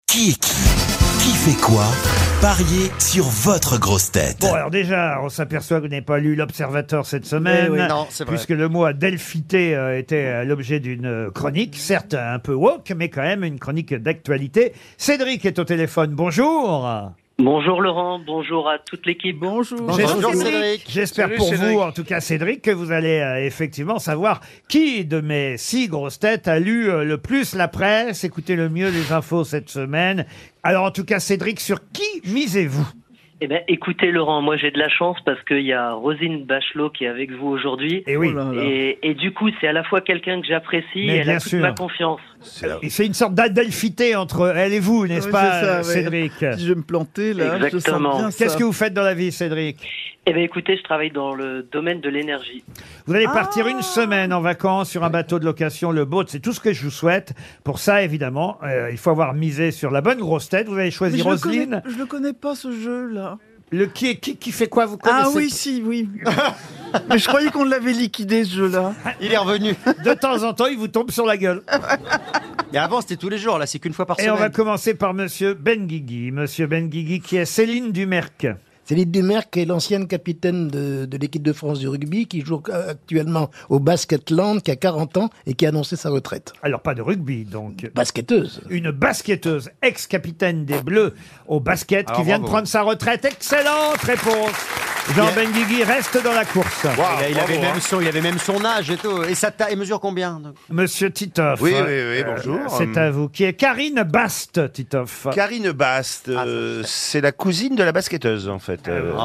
Qui est qui? Qui fait quoi? Pariez sur votre grosse tête. Bon, alors déjà, on s'aperçoit que vous n'avez pas lu l'Observateur cette semaine. Oui, non, c'est vrai. Puisque le mot adelphité était l'objet d'une chronique, certes un peu woke, mais quand même une chronique d'actualité. Cédric est au téléphone, bonjour. Bonjour Laurent, bonjour à toute l'équipe. Bonjour J'espère- Cédric. J'espère Salut, pour Cédric. vous, en tout cas Cédric, que vous allez effectivement savoir qui de mes 6 grosses têtes a lu le plus la presse, écouté le mieux les infos cette semaine. Alors en tout cas Cédric, sur qui misez-vous? Eh ben, écoutez Laurent, moi j'ai de la chance parce qu'il y a Roselyne Bachelot qui est avec vous aujourd'hui. Eh oui, Et du coup, c'est à la fois quelqu'un que j'apprécie Mais et elle bien a toute sûr. ma confiance. et c'est une sorte d'adelphité entre elle et vous, n'est-ce Oui, pas c'est ça, ouais. Cédric? Si je vais me planter là, je Exactement. sens bien Qu'est-ce ça. que vous faites dans la vie Cédric? Eh ben, écoutez, je travaille dans le domaine de l'énergie. Vous allez partir une semaine en vacances sur un bateau de location, le boat, c'est tout ce que je vous souhaite. Pour ça, évidemment, il faut avoir misé sur la bonne grosse tête. Vous avez Mais choisi je Roselyne. le connais pas ce jeu là. Le qui fait quoi, vous connaissez? Ah oui, si, oui. Mais je croyais qu'on l'avait liquidé ce jeu là. Il est revenu. De temps en temps, il vous tombe sur la gueule. Mais avant, c'était tous les jours. Là, c'est qu'une fois par Et semaine. on va commencer par Monsieur Benguigui. Monsieur Benguigui, qui est Céline Dumerc. Céline Dumerc est l'ancienne capitaine de l'équipe de France du rugby qui joue actuellement au Basketland, qui a 40 ans et qui a annoncé sa retraite. Alors, pas de rugby, donc. Basketteuse. Une basketteuse, ex-capitaine des Bleus au basket, qui Alors, vient de bravo. prendre sa retraite. Excellente réponse. Jean Benguigui reste dans la course. Il avait même son âge et tout. Et ça il mesure combien donc Monsieur Titoff. Oui, bonjour. C'est à vous. Qui est Karine Bast, Titoff. Karine Bast, c'est la cousine de la basketteuse en fait.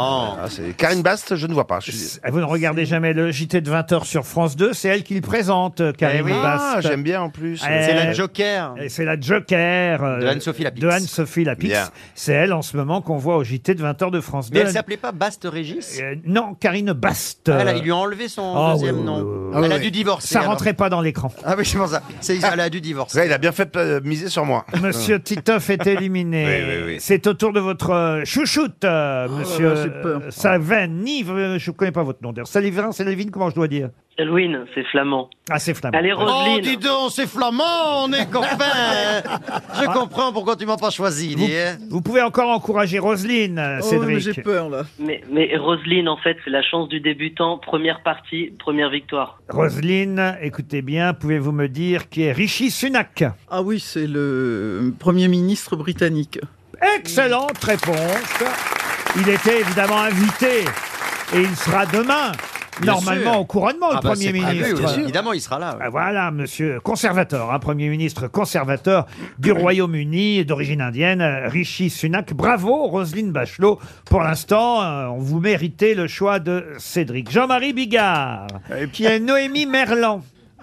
Karine Bast, je ne vois pas. Vous ne regardez jamais le JT de 20h sur France 2, c'est elle qui le présente, Karine oui. Bast. Ah, j'aime bien en plus. Eh, C'est la Joker. Et c'est la Joker De Anne-Sophie Lapix. de Anne-Sophie Lapix. Bien. C'est elle en ce moment qu'on voit au JT de 20h de France 2. Mais elle s'appelait pas Bast Régis. Non, Karine Bast. Ils lui ont enlevé son Ah, deuxième oui, nom. oui, Elle a oui. dû divorcer. Ça alors. rentrait pas dans l'écran. Ah oui, c'est pour ça. Elle a dû divorcer. Ouais, il a bien fait de miser sur moi. Monsieur Titoff est éliminé. Oui. C'est au tour de votre chouchoute, monsieur là, j'ai peur. Salvini. Je ne connais pas votre nom d'ailleurs. Salvin, comment je dois dire? Elouine, c'est flamand. Ah, c'est flamand. Allez Oh, Roselyne. dis donc, c'est flamand, on est copains. Je comprends pourquoi tu m'as pas choisi. dis, hein. Vous pouvez encore encourager Roselyne, Oh, mais Cédric. j'ai peur là. Mais Roselyne, en fait, c'est la chance du débutant. Première partie, première victoire. Roselyne, écoutez bien, pouvez-vous me dire qui est Rishi Sunak? Ah oui, c'est le Premier ministre britannique. Excellente réponse. Il était évidemment invité et il sera demain, Bien normalement sûr. au couronnement, le Premier c'est prévu, ministre. oui, évidemment, il sera là. Ah, voilà, monsieur conservateur, Premier ministre conservateur du Royaume-Uni d'origine indienne, Rishi Sunak. Bravo, Roselyne Bachelot. Pour l'instant, vous méritez le choix de Cédric. Jean-Marie Bigard, qui est Noémie Merlan.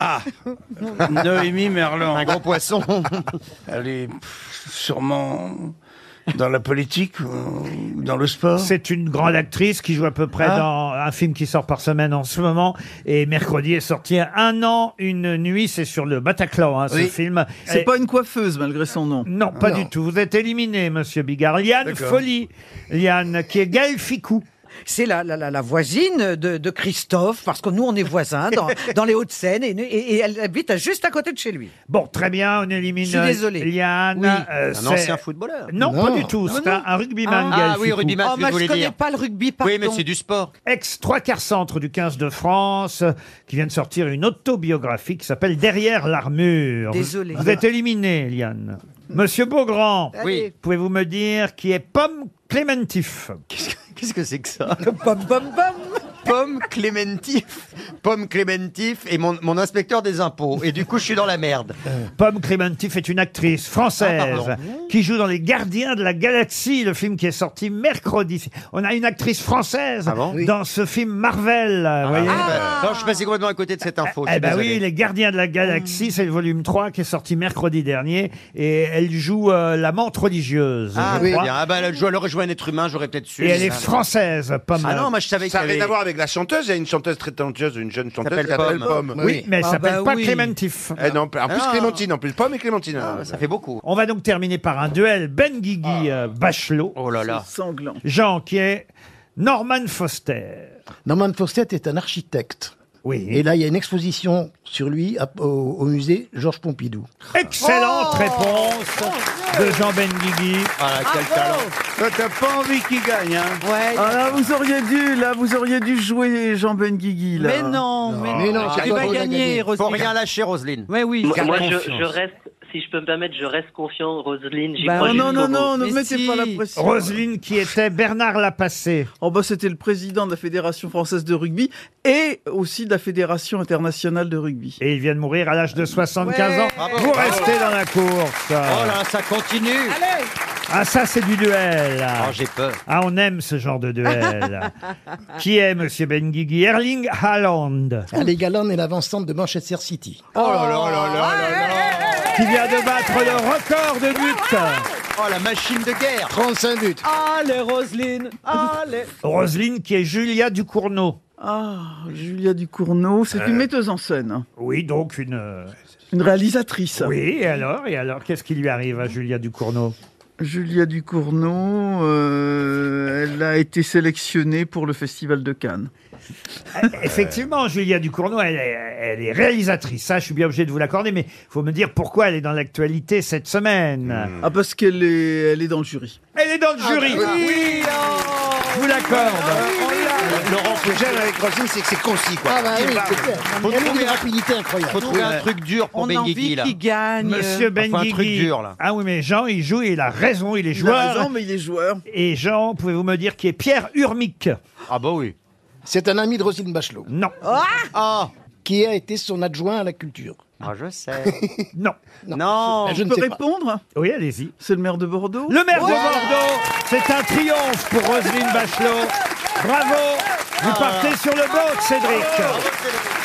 Noémie Merlan, Un gros poisson. elle est sûrement dans la politique ou dans le sport. C'est une grande actrice qui joue à peu près dans un film qui sort par semaine en ce moment. Et mercredi est sorti Un an, une nuit. C'est sur le Bataclan, ce Oui. film. C'est Et- pas une coiffeuse malgré son nom. Non, pas Non. du tout. Vous êtes éliminé, monsieur Bigard. Liane D'accord. Folly. Liane, qui est Gaël Ficou. C'est la voisine de Christophe, parce que nous, on est voisins dans les Hauts-de-Seine, et elle habite juste à côté de chez lui. Bon, très bien, on élimine Je suis désolé. Liane. Oui. Un C'est- ancien footballeur. Non, Non. pas du tout. C'est un rugbyman, Ah. Gaël Ah oui, Ficou. rugbyman, Oh, c'est ce mais que je je voulais connais dire. pas le rugby, pardon. Oui, mais c'est du sport. Ex-3/4 centre du 15 de France, qui vient de sortir une autobiographie qui s'appelle Derrière l'armure. Désolé. Vous êtes éliminé, Liane. Monsieur Beaugrand, Oui. pouvez-vous me dire qui est Pomme Clémentif? Qu'est-ce que c'est que ça? Pom, pom, pom. Pomme Clémentif. Pomme Clémentif et mon inspecteur des impôts. Et du coup, je suis dans la merde. Pomme Clémentif est une actrice française Ah, pardon. qui joue dans Les Gardiens de la Galaxie, le film qui est sorti mercredi. On a une actrice française Ah bon dans ce film Marvel, vous voyez. Non, je suis passé complètement à côté de cette info. je Eh suis ben désolé. oui, Les Gardiens de la Galaxie, c'est le volume 3 qui est sorti mercredi dernier. Et elle joue la menthe religieuse, Ah je oui, crois. bien. Ah bah, elle aurait joué un être humain, j'aurais peut-être su. Et elle est Ah, française, Pomme. Ah non, moi je savais qu'il Ça y n'a rien avait... à voir avec la chanteuse. Il y a une chanteuse très talentueuse, une jeune chanteuse S'appelle qui s'appelle Pomme. Pomme. Oui, mais elle Ah s'appelle bah pas oui. Clémentif. Eh non, en plus Ah. Clémentine, en plus Pomme et Clémentine. Ça fait beaucoup. On va donc terminer par un duel Benguigui Bachelot. Oh là là. Sanglant. Jean, qui est Norman Foster. Norman Foster est un architecte. Oui. Et là, il y a une exposition sur lui au musée Georges Pompidou. Excellente réponse de Jean Benguigui. Voilà, quel talent. Toi, t'as pas envie qu'il gagne, hein. Ouais. Ah là, vous auriez dû jouer Jean Benguigui, là. Mais non, Mais non, c'est tu toi vas qu'on a gagner, gagné. Faut Roselyne. rien lâcher, Roselyne. Ouais, oui. Moi, confiance. je reste, si je peux me permettre, je reste confiant, Roselyne. J'y Bah, crois Oh non, jusqu'au non, non, bout. ne Mais mettez si. pas la pression. Roselyne qui était Bernard Lapassé. Oh bah c'était le président de la Fédération française de rugby et aussi de la Fédération internationale de rugby. Et il vient de mourir à l'âge de 75 ans. Bravo, Vous bravo. restez dans la course. Oh là, ça continue. Allez. Ah, ça, c'est du duel. Oh, j'ai peur. Ah, on aime ce genre de duel. Qui est Monsieur Benguigui? Erling Haaland, Les Galland est l'avant-centre de Manchester City. Oh là là là là là. qui vient de battre le record de buts. Oh, la machine de guerre. 35 buts. Allez, Roselyne. Allez. Roselyne, qui est Julia Ducournau. Ah, Julia Ducournau, c'est une metteuse en scène, Oui, donc une... une réalisatrice. Oui, et alors, qu'est-ce qui lui arrive à Julia Ducournau? Julia Ducournau, elle a été sélectionnée pour le Festival de Cannes. Effectivement, Julia Ducournau, elle est réalisatrice. Ça, je suis bien obligé de vous l'accorder, mais il faut me dire pourquoi elle est dans l'actualité cette semaine. Ah, parce qu'elle est dans le jury. Elle est dans le jury. Oui. Je vous l'accorde. Laurent, ce que j'aime avec Roselyne, c'est que c'est concis, quoi. Ah bah oui, c'est clair. Faut Elle a trouver une un- rapidité incroyable. Faut trouver un truc dur pour On a Benguigui, envie là. qu'il gagne. Monsieur Enfin, un truc Benguigui. dur, là. Ah oui, mais Jean, il joue et il a raison, il est Il a joueur. raison, mais il est joueur. Et Jean, pouvez-vous me dire qui est Pierre Urmic? Ah bah oui. C'est un ami de Roselyne Bachelot, Non, Ah, qui a été son adjoint à la culture. je sais. non. Non. Je Je ne peux sais pas. répondre? Oui, allez-y. C'est le maire de Bordeaux. Le maire de Bordeaux, c'est un triomphe pour Roselyne Bachelot. Bravo, vous partez sur le bloc, Cédric.